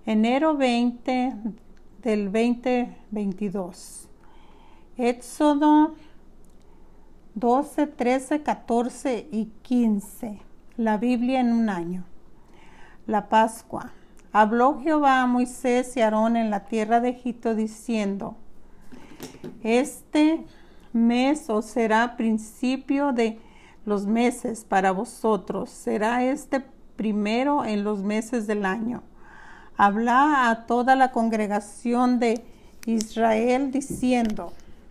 enero 20 del 2022. Éxodo 12, 13, 14 y 15. La Biblia en un año. La Pascua. Habló Jehová a Moisés y a Aarón en la tierra de Egipto diciendo: Este mes os será principio de los meses para vosotros, será este primero en los meses del año. Habla a toda la congregación de Israel diciendo: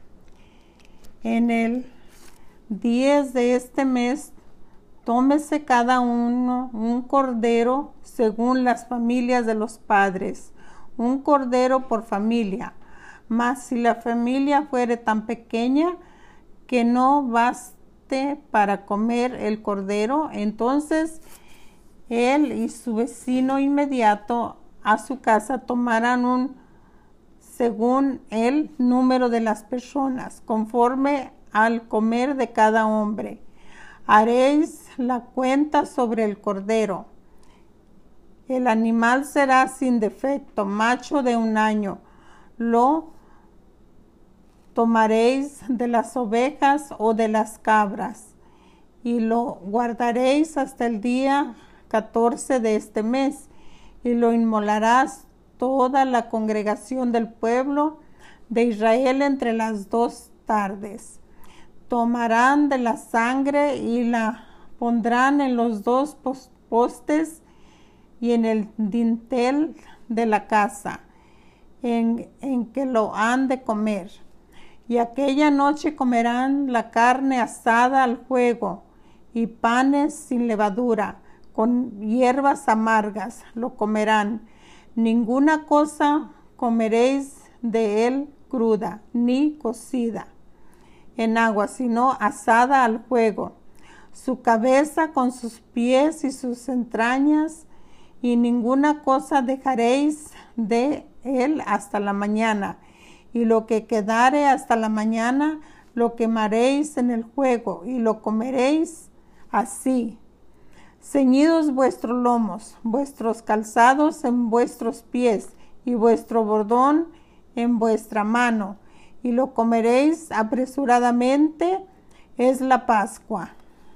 En el 10 de este mes tómese cada uno un cordero según las familias de los padres, un cordero por familia. Mas si la familia fuere tan pequeña que no baste para comer el cordero, entonces él y su vecino inmediato a su casa tomarán según el número de las personas, conforme al comer de cada hombre. Haréis la cuenta sobre el cordero. El animal será sin defecto, macho de un año. Lo tomaréis de las ovejas o de las cabras, y lo guardaréis hasta el día 14 de este mes, y lo inmolarás toda la congregación del pueblo de Israel entre las 2 tardes. Tomarán de la sangre y la pondrán en los 2 postes y en el dintel de la casa en que lo han de comer. Y aquella noche comerán la carne asada al fuego y panes sin levadura, con hierbas amargas lo comerán. Ninguna cosa comeréis de él cruda, ni cocida en agua, sino asada al fuego. Su cabeza con sus pies y sus entrañas, y ninguna cosa dejaréis de él hasta la mañana. Y lo que quedare hasta la mañana lo quemaréis en el fuego y lo comeréis así. Ceñidos vuestros lomos, vuestros calzados en vuestros pies y vuestro bordón en vuestra mano, y lo comeréis apresuradamente. Es la Pascua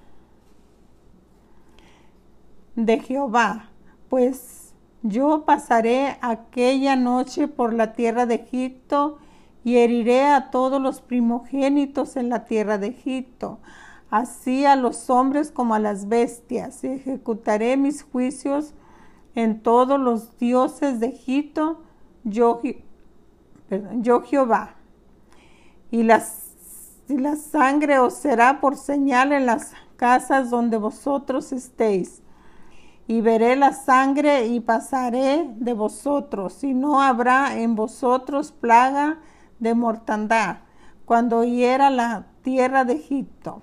de Jehová, pues yo pasaré aquella noche por la tierra de Egipto y heriré a todos los primogénitos en la tierra de Egipto, así a los hombres como a las bestias, y ejecutaré mis juicios en todos los dioses de Egipto, yo Jehová. Y la sangre os será por señal en las casas donde vosotros estéis. Y veré la sangre y pasaré de vosotros, y no habrá en vosotros plaga de mortandad cuando hiera la tierra de Egipto.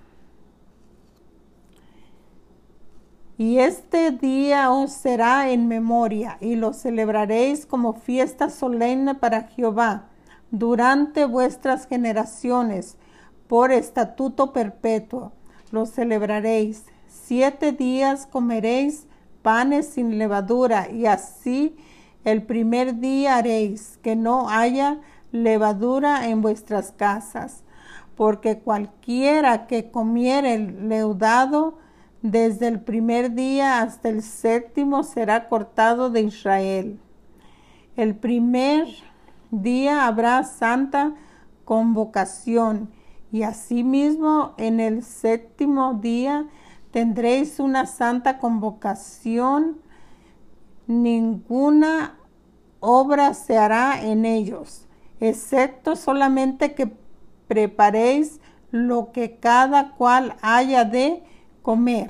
Y este día os será en memoria, y lo celebraréis como fiesta solemne para Jehová durante vuestras generaciones, por estatuto perpetuo lo celebraréis. 7 días comeréis panes sin levadura, y así el primer día haréis que no haya levadura en vuestras casas, porque cualquiera que comiere el leudado desde el primer día hasta el 7º será cortado de Israel. El primer día habrá santa convocación, y asimismo en el 7º día tendréis una santa convocación. Ninguna obra se hará en ellos, excepto solamente que preparéis lo que cada cual haya de comer.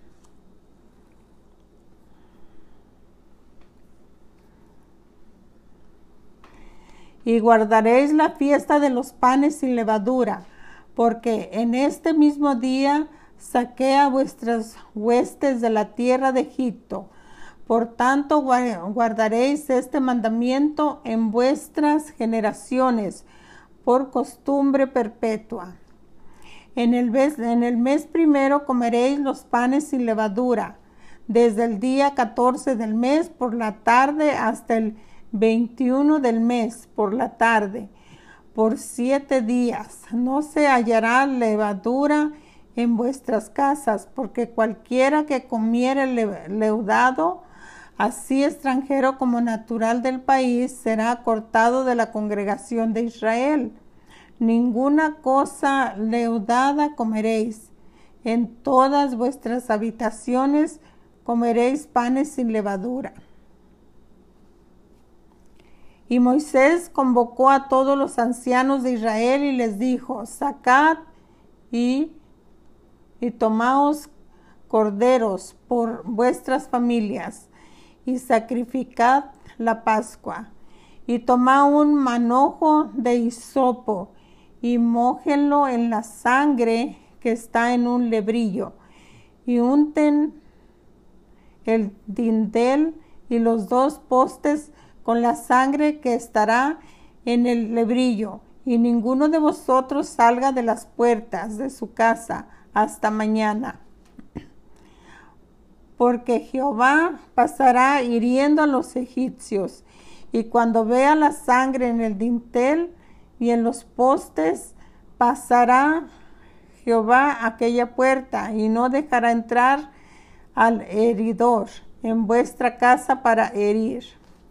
Y guardaréis la fiesta de los panes sin levadura, porque en este mismo día saqué a vuestras huestes de la tierra de Egipto. Por tanto, guardaréis este mandamiento en vuestras generaciones, por costumbre perpetua. En el mes primero comeréis los panes sin levadura. desde el día 14 del mes por la tarde hasta el 21 del mes por la tarde. Por 7 días no se hallará levadura en vuestras casas, porque cualquiera que comiere leudado, así extranjero como natural del país, será cortado de la congregación de Israel. Ninguna cosa leudada comeréis. En todas vuestras habitaciones comeréis panes sin levadura. Y Moisés convocó a todos los ancianos de Israel y les dijo: sacad y tomaos corderos por vuestras familias y sacrificad la Pascua. Y tomad un manojo de hisopo y mójenlo en la sangre que está en un lebrillo, y unten el dintel y los 2 postes con la sangre que estará en el lebrillo, y ninguno de vosotros salga de las puertas de su casa hasta mañana, porque Jehová pasará hiriendo a los egipcios, y cuando vea la sangre en el dintel y en los postes, pasará Jehová aquella puerta y no dejará entrar al heridor en vuestra casa para herir.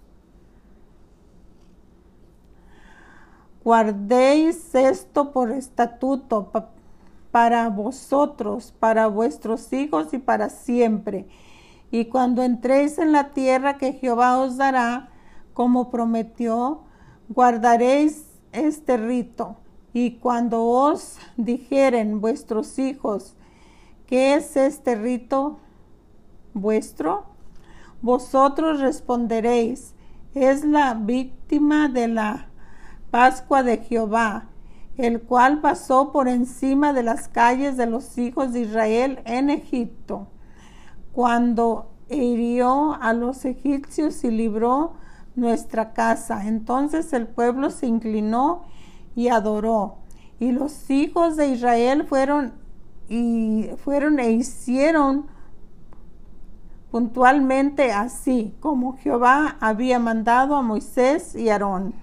Guardéis esto por estatuto para vosotros, para vuestros hijos y para siempre. Y cuando entréis en la tierra que Jehová os dará, como prometió, guardaréis este rito. Y cuando os dijeren vuestros hijos: ¿qué es este rito vuestro? Vosotros responderéis: es la víctima de la Pascua de Jehová, el cual pasó por encima de las calles de los hijos de Israel en Egipto, cuando hirió a los egipcios y libró nuestra casa. Entonces el pueblo se inclinó y adoró, y los hijos de Israel fueron e hicieron puntualmente así, como Jehová había mandado a Moisés y Aarón.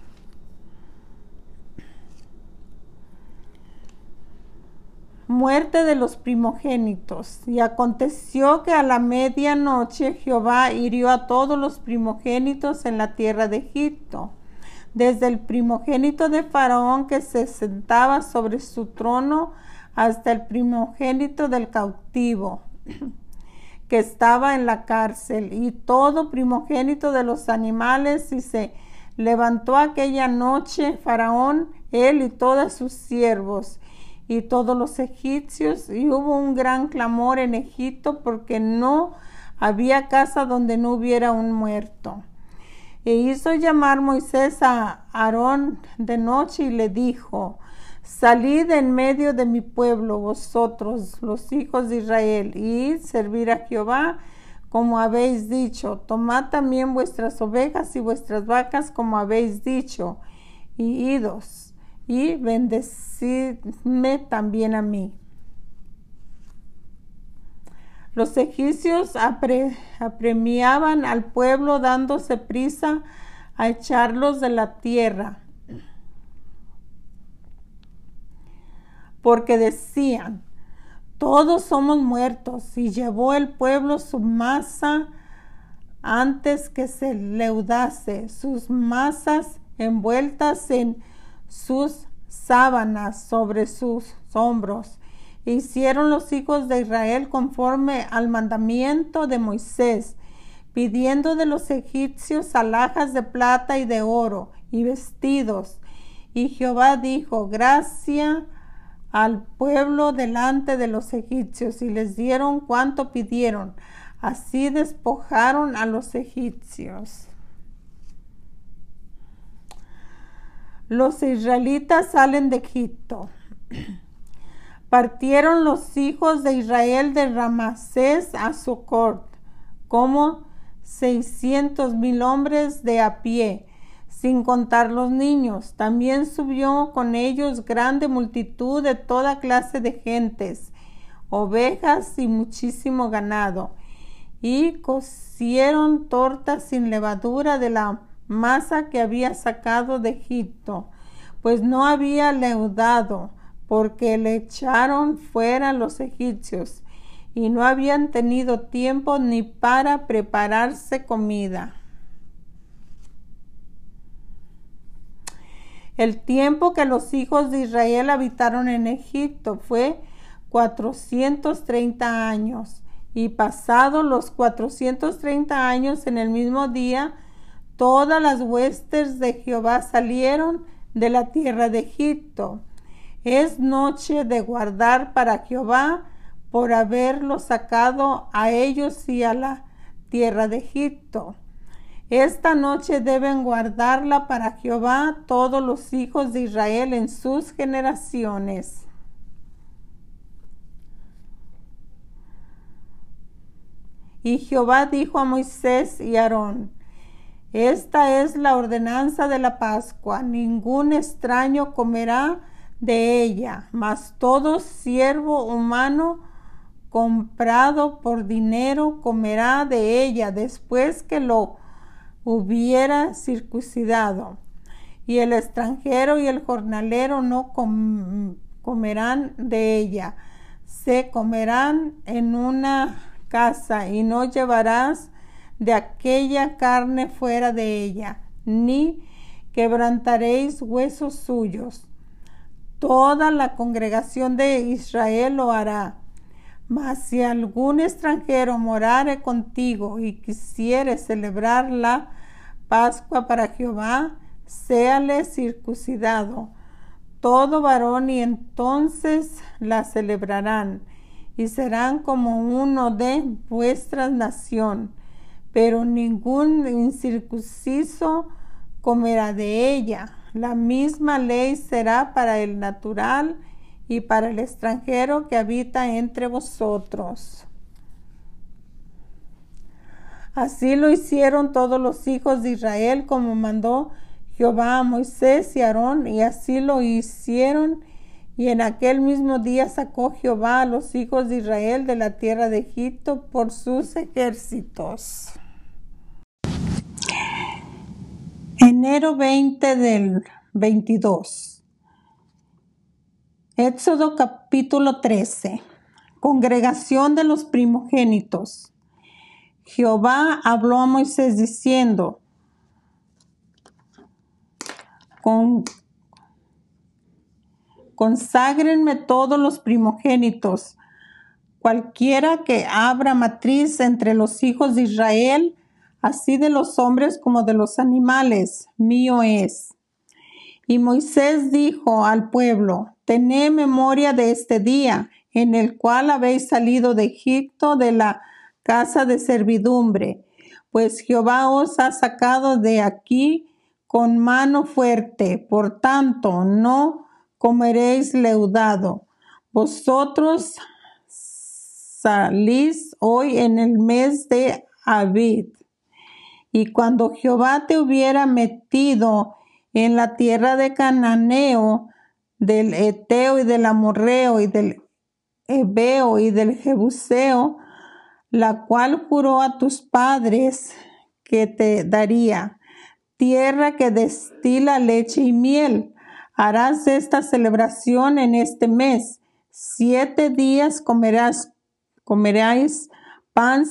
Muerte de los primogénitos. Y aconteció que a la medianoche Jehová hirió a todos los primogénitos en la tierra de Egipto, desde el primogénito de Faraón que se sentaba sobre su trono hasta el primogénito del cautivo que estaba en la cárcel, y todo primogénito de los animales. Y se levantó aquella noche Faraón, él y todos sus siervos y todos los egipcios, y hubo un gran clamor en Egipto, porque no había casa donde no hubiera un muerto. E hizo llamar Moisés a Aarón de noche y le dijo: salid en medio de mi pueblo, vosotros los hijos de Israel, y servir a Jehová como habéis dicho. Tomad también vuestras ovejas y vuestras vacas como habéis dicho, y idos y bendecidme también a mí. Los egipcios apremiaban al pueblo, dándose prisa a echarlos de la tierra, porque decían: todos somos muertos. Y llevó el pueblo su masa antes que se leudase, sus masas envueltas en sus sábanas sobre sus hombros. Hicieron los hijos de Israel conforme al mandamiento de Moisés, pidiendo de los egipcios alhajas de plata y de oro y vestidos. Y Jehová dijo: gracia al pueblo delante de los egipcios, y les dieron cuanto pidieron. Así despojaron a los egipcios. Los israelitas salen de Egipto. Partieron los hijos de Israel de Ramasés a Sucot, como 600,000 hombres de a pie, sin contar los niños. También subió con ellos grande multitud de toda clase de gentes, ovejas y muchísimo ganado. y cocieron tortas sin levadura de la masa que había sacado de Egipto, pues no había leudado, porque le echaron fuera los egipcios, y no habían tenido tiempo ni para prepararse comida. El tiempo que los hijos de Israel habitaron en Egipto fue 430 años. Y pasados los 430 años, en el mismo día, todas las huestes de Jehová salieron de la tierra de Egipto. Es noche de guardar para Jehová por haberlos sacado a ellos y a la tierra de Egipto. Esta noche deben guardarla para Jehová todos los hijos de Israel en sus generaciones. Y Jehová dijo a Moisés y a Aarón: esta es la ordenanza de la Pascua, ningún extraño comerá de ella, mas todo siervo humano comprado por dinero comerá de ella después que lo hubiera circuncidado. Y el extranjero y el jornalero no comerán de ella, se comerán en una casa, y no llevarás de aquella carne fuera de ella, ni quebrantaréis huesos suyos. Toda la congregación de Israel lo hará. Mas si algún extranjero morare contigo y quisiere celebrar la Pascua para Jehová, séale circuncidado todo varón, y entonces la celebrarán, y serán como uno de vuestra nación. Pero ningún incircunciso comerá de ella. La misma ley será para el natural y para el extranjero que habita entre vosotros. Así lo hicieron todos los hijos de Israel, como mandó Jehová a Moisés y a Aarón, y así lo hicieron. Y en aquel mismo día sacó Jehová a los hijos de Israel de la tierra de Egipto por sus ejércitos. Enero 20 del 22. Éxodo capítulo 13. Congregación de los primogénitos. Jehová habló a Moisés diciendo: conságrenme todos los primogénitos, cualquiera que abra matriz entre los hijos de Israel, así de los hombres como de los animales, mío es. Y Moisés dijo al pueblo: tened memoria de este día, en el cual habéis salido de Egipto, de la casa de servidumbre, pues Jehová os ha sacado de aquí con mano fuerte. Por tanto, no comeréis leudado. Vosotros salís hoy en el mes de Abib. Y cuando Jehová te hubiera metido en la tierra de Cananeo, del Eteo y del Amorreo y del Ebeo y del Jebuseo, la cual juró a tus padres que te daría, tierra que destila leche y miel, harás esta celebración en este mes. 7 días comeráis pan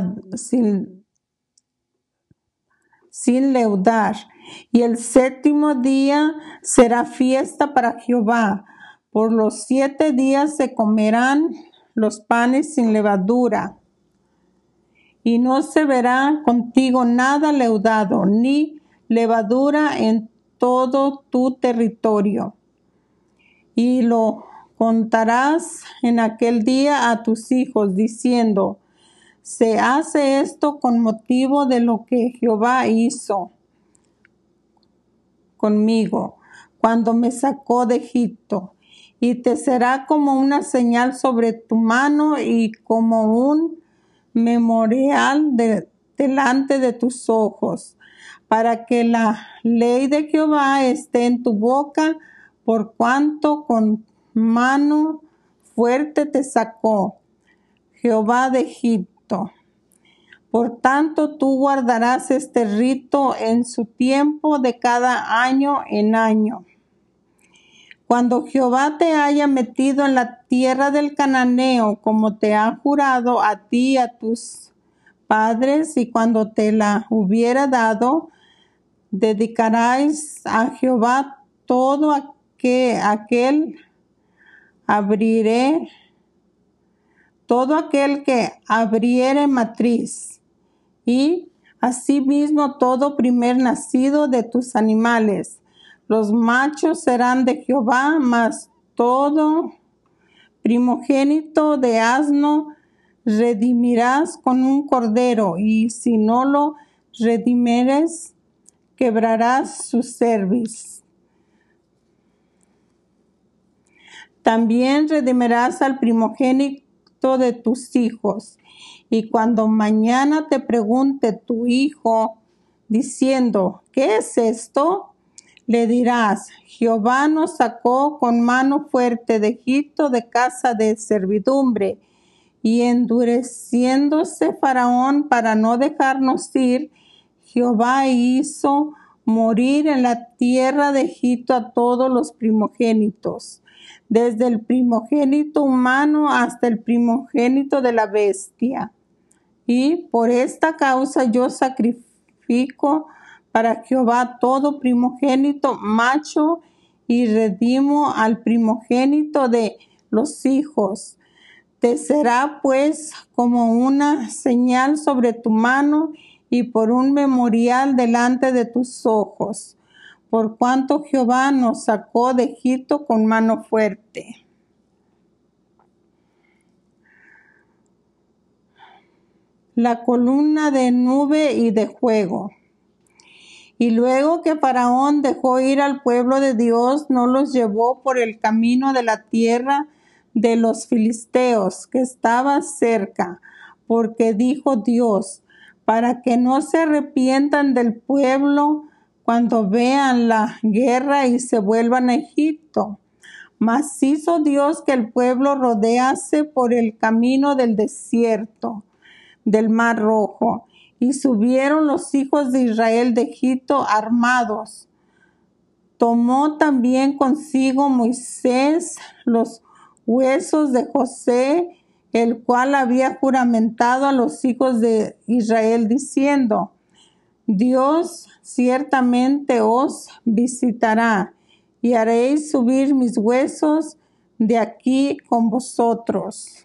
sin leudar, y el 7º día será fiesta para Jehová. Por los 7 días se comerán los panes sin levadura, y no se verá contigo nada leudado, ni levadura en todo tu territorio. Y lo contarás en aquel día a tus hijos, diciendo: se hace esto con motivo de lo que Jehová hizo conmigo cuando me sacó de Egipto. Y te será como una señal sobre tu mano y como un memorial delante de tus ojos, para que la ley de Jehová esté en tu boca, por cuanto con mano fuerte te sacó Jehová de Egipto. Por tanto, tú guardarás este rito en su tiempo de cada año en año. Cuando Jehová te haya metido en la tierra del cananeo, como te ha jurado a ti y a tus padres, y cuando te la hubiera dado, dedicarás a Jehová todo aquel que abriere matriz, y asimismo todo primer nacido de tus animales. Los machos serán de Jehová, mas todo primogénito de asno redimirás con un cordero, y si no lo redimieres, quebrarás su cerviz. También redimirás al primogénito de tus hijos. Y cuando mañana te pregunte tu hijo, diciendo, ¿qué es esto?, le dirás, Jehová nos sacó con mano fuerte de Egipto, de casa de servidumbre. Y endureciéndose Faraón para no dejarnos ir, Jehová hizo morir en la tierra de Egipto a todos los primogénitos, desde el primogénito humano hasta el primogénito de la bestia. Y por esta causa yo sacrifico para Jehová todo primogénito macho, y redimo al primogénito de los hijos. Te será pues como una señal sobre tu mano y por un memorial delante de tus ojos, por cuanto Jehová nos sacó de Egipto con mano fuerte. La columna de nube y de fuego. Y luego que Faraón dejó ir al pueblo de Dios, no los llevó por el camino de la tierra de los filisteos, que estaba cerca, porque dijo Dios, para que no se arrepientan del pueblo cuando vean la guerra y se vuelvan a Egipto. Mas hizo Dios que el pueblo rodease por el camino del desierto, del Mar Rojo, y subieron los hijos de Israel de Egipto armados. Tomó también consigo Moisés los huesos de José, el cual había juramentado a los hijos de Israel, diciendo, Dios ciertamente os visitará, y haréis subir mis huesos de aquí con vosotros.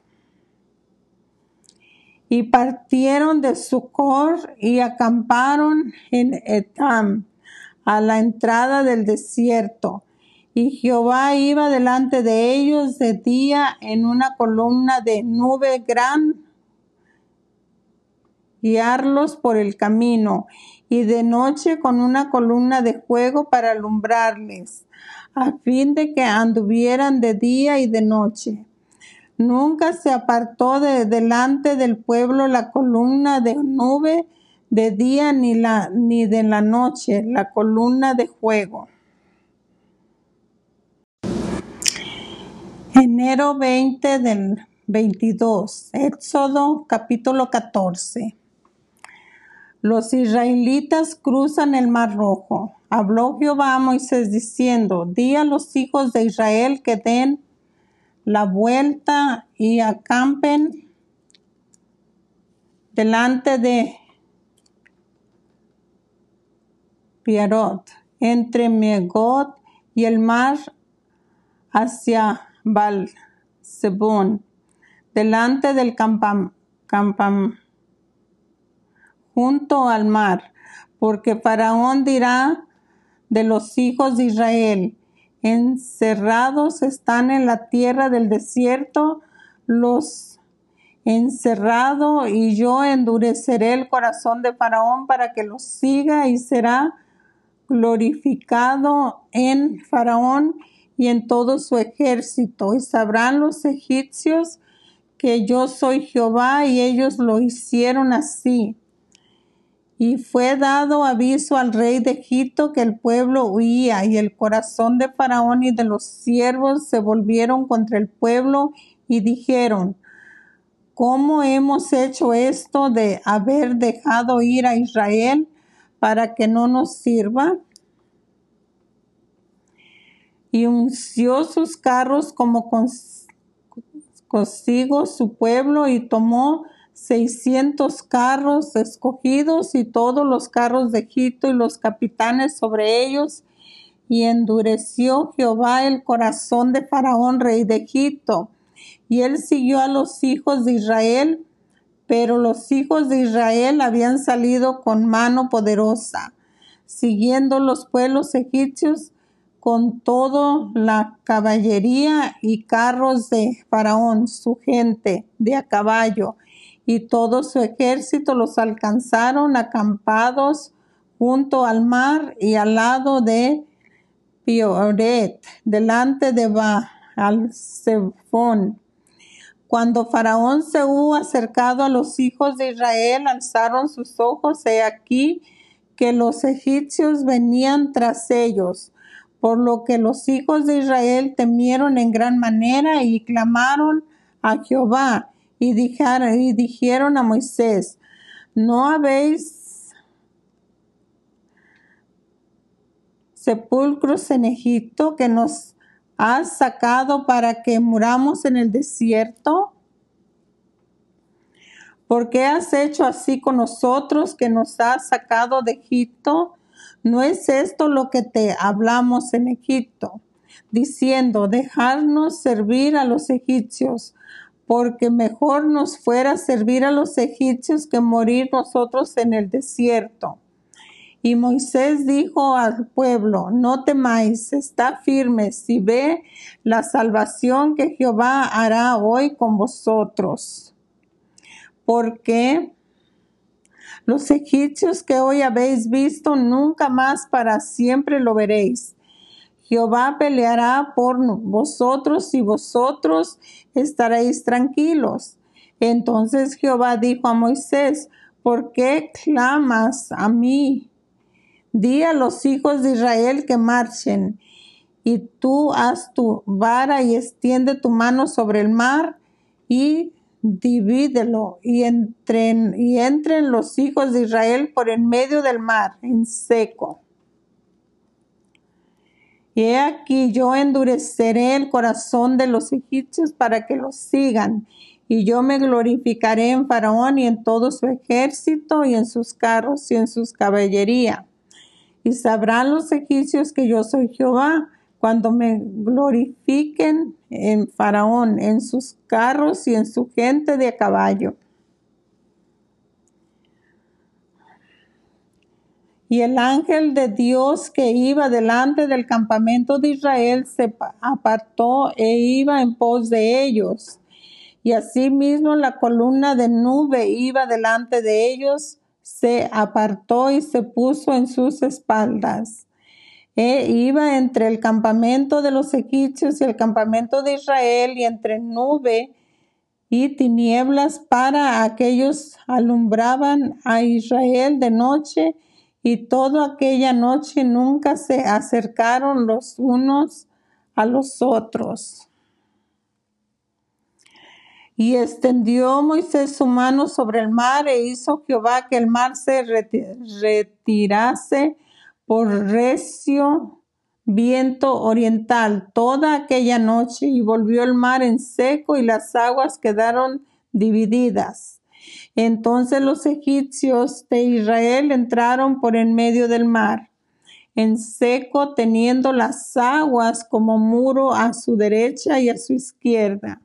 Y partieron de Sucor y acamparon en Etam, a la entrada del desierto. Y Jehová iba delante de ellos de día en una columna de nube gran, guiarlos por el camino, y de noche con una columna de fuego para alumbrarles, a fin de que anduvieran de día y de noche. Nunca se apartó de delante del pueblo la columna de nube de día ni de la noche, la columna de fuego. Enero 20 del 22, Éxodo capítulo 14. Los israelitas cruzan el Mar Rojo. Habló Jehová a Moisés diciendo, di a los hijos de Israel que den la vuelta y acampen delante de Pierrot, entre Megot y el mar, hacia Baal-Zebón, delante del junto al mar, porque Faraón dirá de los hijos de Israel, encerrados están en la tierra del desierto, los encerrado, y yo endureceré el corazón de Faraón para que los siga, y será glorificado en Faraón y en todo su ejército, y sabrán los egipcios que yo soy Jehová, y ellos lo hicieron así. Y fue dado aviso al rey de Egipto que el pueblo huía, y el corazón de Faraón y de los siervos se volvieron contra el pueblo y dijeron, ¿cómo hemos hecho esto de haber dejado ir a Israel para que no nos sirva? Y unció sus carros como consigo su pueblo y tomó 600 carros escogidos y todos los carros de Egipto y los capitanes sobre ellos. Y endureció Jehová el corazón de Faraón, rey de Egipto. Y él siguió a los hijos de Israel, pero los hijos de Israel habían salido con mano poderosa, siguiendo los pueblos egipcios con toda la caballería y carros de Faraón, su gente de a caballo, y todo su ejército los alcanzaron acampados junto al mar y al lado de Pioret, delante de Baal-Zephón. Cuando Faraón se hubo acercado a los hijos de Israel, alzaron sus ojos, he aquí que los egipcios venían tras ellos, por lo que los hijos de Israel temieron en gran manera y clamaron a Jehová y dijeron a Moisés: ¿no habéis sepulcros en Egipto que nos has sacado para que muramos en el desierto? ¿Por qué has hecho así con nosotros que nos has sacado de Egipto? ¿No es esto lo que te hablamos en Egipto, diciendo: dejadnos servir a los egipcios? Porque mejor nos fuera servir a los egipcios que morir nosotros en el desierto. Y Moisés dijo al pueblo: no temáis, estad firmes y ve la salvación que Jehová hará hoy con vosotros. Porque los egipcios que hoy habéis visto, nunca más para siempre lo veréis. Jehová peleará por vosotros y vosotros estaréis tranquilos. Entonces Jehová dijo a Moisés: ¿por qué clamas a mí? Di a los hijos de Israel que marchen, y tú haz tu vara y extiende tu mano sobre el mar y divídelo, y entren los hijos de Israel por en medio del mar en seco. Y he aquí, yo endureceré el corazón de los egipcios para que los sigan, y yo me glorificaré en Faraón y en todo su ejército y en sus carros y en sus caballería. Y sabrán los egipcios que yo soy Jehová, cuando me glorifiquen en Faraón, en sus carros y en su gente de a caballo. Y el ángel de Dios que iba delante del campamento de Israel se apartó e iba en pos de ellos. Y asimismo la columna de nube iba delante de ellos, se apartó y se puso en sus espaldas. Iba entre el campamento de los egipcios y el campamento de Israel, y entre nube y tinieblas para aquellos alumbraban a Israel de noche, y toda aquella noche nunca se acercaron los unos a los otros. Y extendió Moisés su mano sobre el mar, e hizo Jehová que el mar se retirase por recio viento oriental toda aquella noche, y volvió el mar en seco y las aguas quedaron divididas. Entonces los egipcios de Israel entraron por en medio del mar en seco, teniendo las aguas como muro a su derecha y a su izquierda.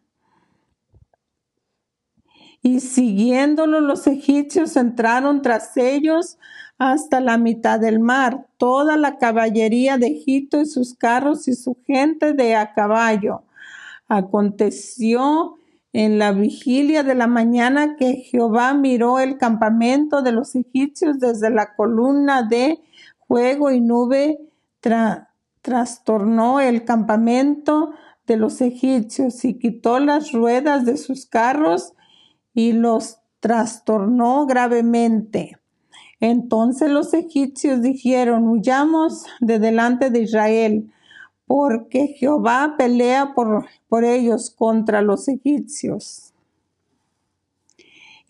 Y siguiéndolo los egipcios entraron tras ellos hasta la mitad del mar, toda la caballería de Egipto y sus carros y su gente de a caballo. Aconteció en la vigilia de la mañana que Jehová miró el campamento de los egipcios desde la columna de fuego, y nube trastornó el campamento de los egipcios y quitó las ruedas de sus carros y los trastornó gravemente. Entonces los egipcios dijeron: huyamos de delante de Israel, porque Jehová pelea por ellos contra los egipcios.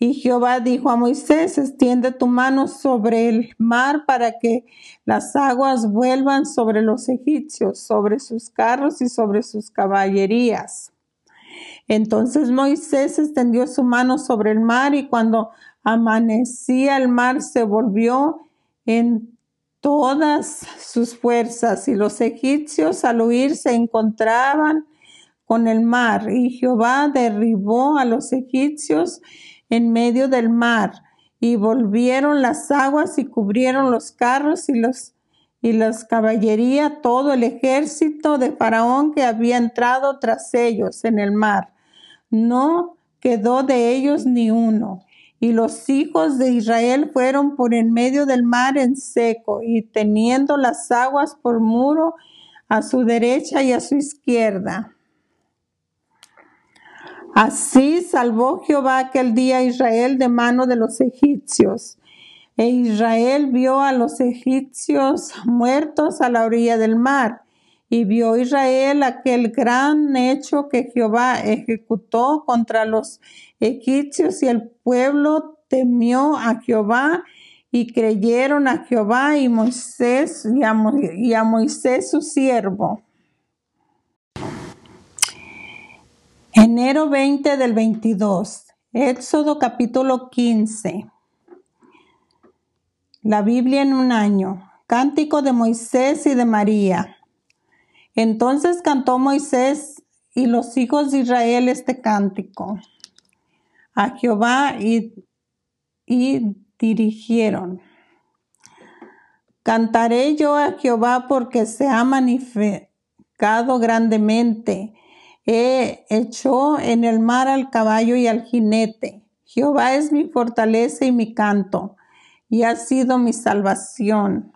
Y Jehová dijo a Moisés, extiende tu mano sobre el mar para que las aguas vuelvan sobre los egipcios, sobre sus carros y sobre sus caballerías. Entonces Moisés extendió su mano sobre el mar y cuando amanecía el mar se volvió en todas sus fuerzas y los egipcios al huir se encontraban con el mar y Jehová derribó a los egipcios en medio del mar y volvieron las aguas y cubrieron los carros y las caballería, todo el ejército de Faraón que había entrado tras ellos en el mar. No quedó de ellos ni uno. Y los hijos de Israel fueron por en medio del mar en seco, y teniendo las aguas por muro a su derecha y a su izquierda. Así salvó Jehová aquel día a Israel de mano de los egipcios. E Israel vio a los egipcios muertos a la orilla del mar. Y vio Israel aquel gran hecho que Jehová ejecutó contra los egipcios, y el pueblo temió a Jehová y creyeron a Jehová y a Moisés su siervo. Enero 20 del 22. Éxodo capítulo 15. La Biblia en un año. Cántico de Moisés y de María. Entonces cantó Moisés y los hijos de Israel este cántico a Jehová y dirigieron. Cantaré yo a Jehová porque se ha magnificado grandemente. Echó en el mar al caballo y al jinete. Jehová es mi fortaleza y mi canto, y ha sido mi salvación.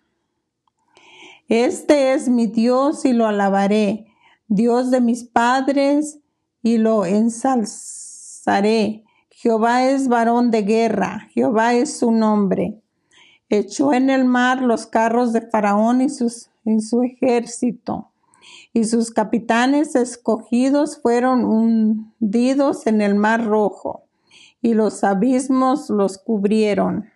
Este es mi Dios y lo alabaré, Dios de mis padres y lo ensalzaré. Jehová es varón de guerra, Jehová es su nombre. Echó en el mar los carros de Faraón y su ejército, y sus capitanes escogidos fueron hundidos en el mar rojo, y los abismos los cubrieron.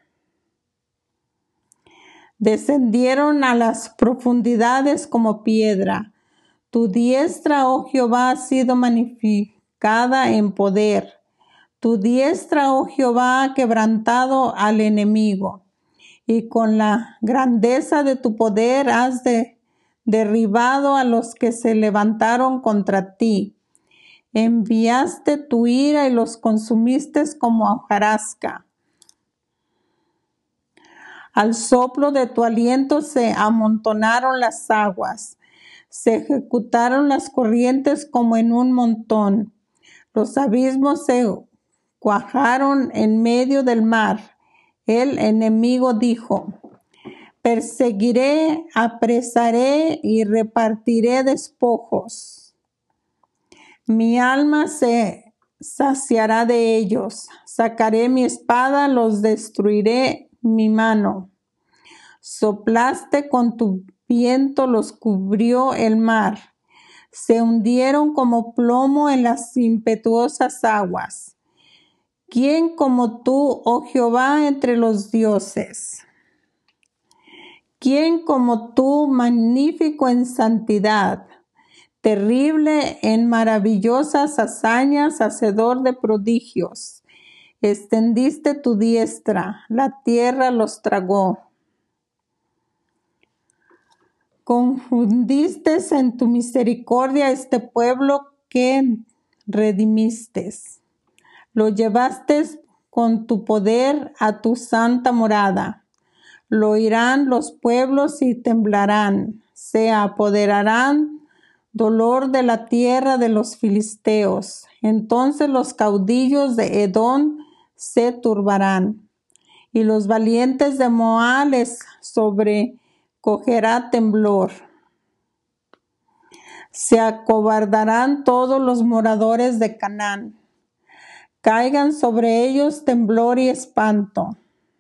Descendieron a las profundidades como piedra. Tu diestra, oh Jehová, ha sido magnificada en poder. Tu diestra, oh Jehová, ha quebrantado al enemigo. Y con la grandeza de tu poder has derribado a los que se levantaron contra ti. Enviaste tu ira y los consumiste como hojarasca. Al soplo de tu aliento se amontonaron las aguas, se ejecutaron las corrientes como en un montón. Los abismos se cuajaron en medio del mar. El enemigo dijo: perseguiré, apresaré y repartiré despojos. Mi alma se saciará de ellos. Sacaré mi espada, los destruiré mi mano. Soplaste con tu viento, los cubrió el mar. Se hundieron como plomo en las impetuosas aguas. ¿Quién como tú, oh Jehová, entre los dioses? ¿Quién como tú, magnífico en santidad, terrible en maravillosas hazañas, hacedor de prodigios? Extendiste tu diestra, la tierra los tragó. Confundiste en tu misericordia este pueblo que redimiste. Lo llevaste con tu poder a tu santa morada. Lo oirán los pueblos y temblarán. Se apoderarán dolor de la tierra de los filisteos. Entonces los caudillos de Edom se turbarán, y los valientes de Moab les sobrecogerá temblor. Se acobardarán todos los moradores de Canaán. Caigan sobre ellos temblor y espanto.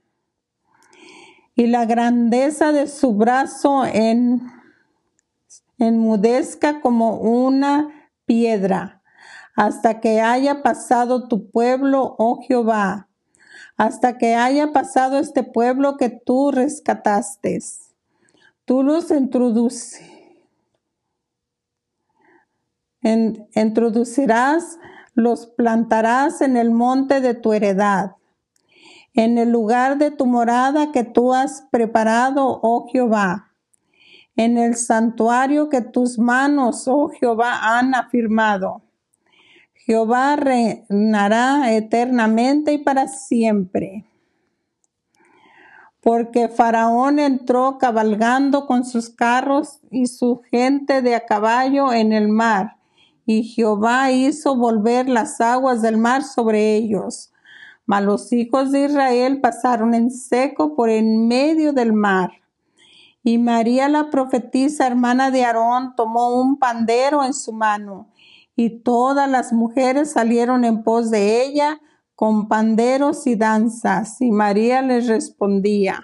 Y la grandeza de su brazo enmudezca como una piedra, hasta que haya pasado tu pueblo, oh Jehová. hasta que haya pasado este pueblo que tú rescataste. Tú los introducirás, los plantarás en el monte de tu heredad, en el lugar de tu morada que tú has preparado, oh Jehová, en el santuario que tus manos, oh Jehová, han afirmado. Jehová reinará eternamente y para siempre. Porque Faraón entró cabalgando con sus carros y su gente de a caballo en el mar, y Jehová hizo volver las aguas del mar sobre ellos. Mas los hijos de Israel pasaron en seco por en medio del mar. Y María la profetisa, hermana de Aarón, tomó un pandero en su mano, y todas las mujeres salieron en pos de ella con panderos y danzas. Y María les respondía: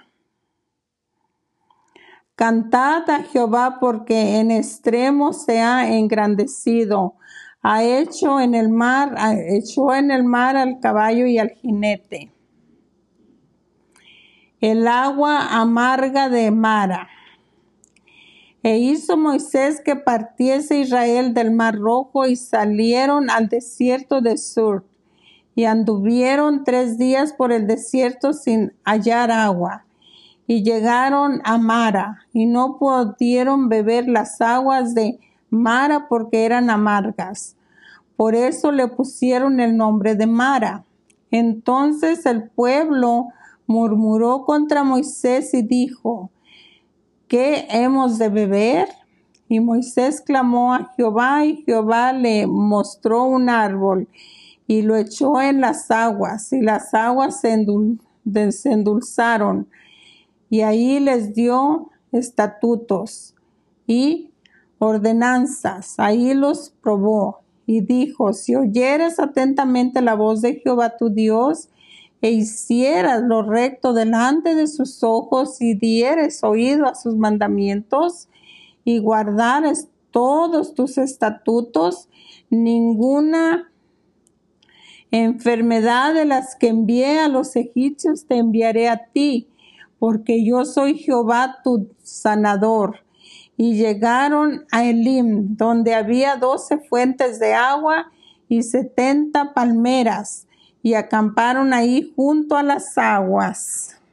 Cantad a Jehová, porque en extremo se ha engrandecido. Echó en el mar al caballo y al jinete. El agua amarga de Mara. E hizo Moisés que partiese Israel del mar Rojo, y salieron al desierto de Sur, y anduvieron 3 días por el desierto sin hallar agua. Y llegaron a Mara, y no pudieron beber las aguas de Mara porque eran amargas. Por eso le pusieron el nombre de Mara. Entonces el pueblo murmuró contra Moisés y dijo: ¿Qué hemos de beber? Y Moisés clamó a Jehová, y Jehová le mostró un árbol, y lo echó en las aguas, y las aguas se endulzaron. Y ahí les dio estatutos y ordenanzas, ahí los probó, y dijo: si oyeres atentamente la voz de Jehová tu Dios, e hicieras lo recto delante de sus ojos, y dieres oído a sus mandamientos, y guardares todos tus estatutos, ninguna enfermedad de las que envié a los egipcios te enviaré a ti, porque yo soy Jehová tu sanador. Y llegaron a Elim, donde había 12 fuentes de agua y 70 palmeras, y acamparon ahí junto a las aguas.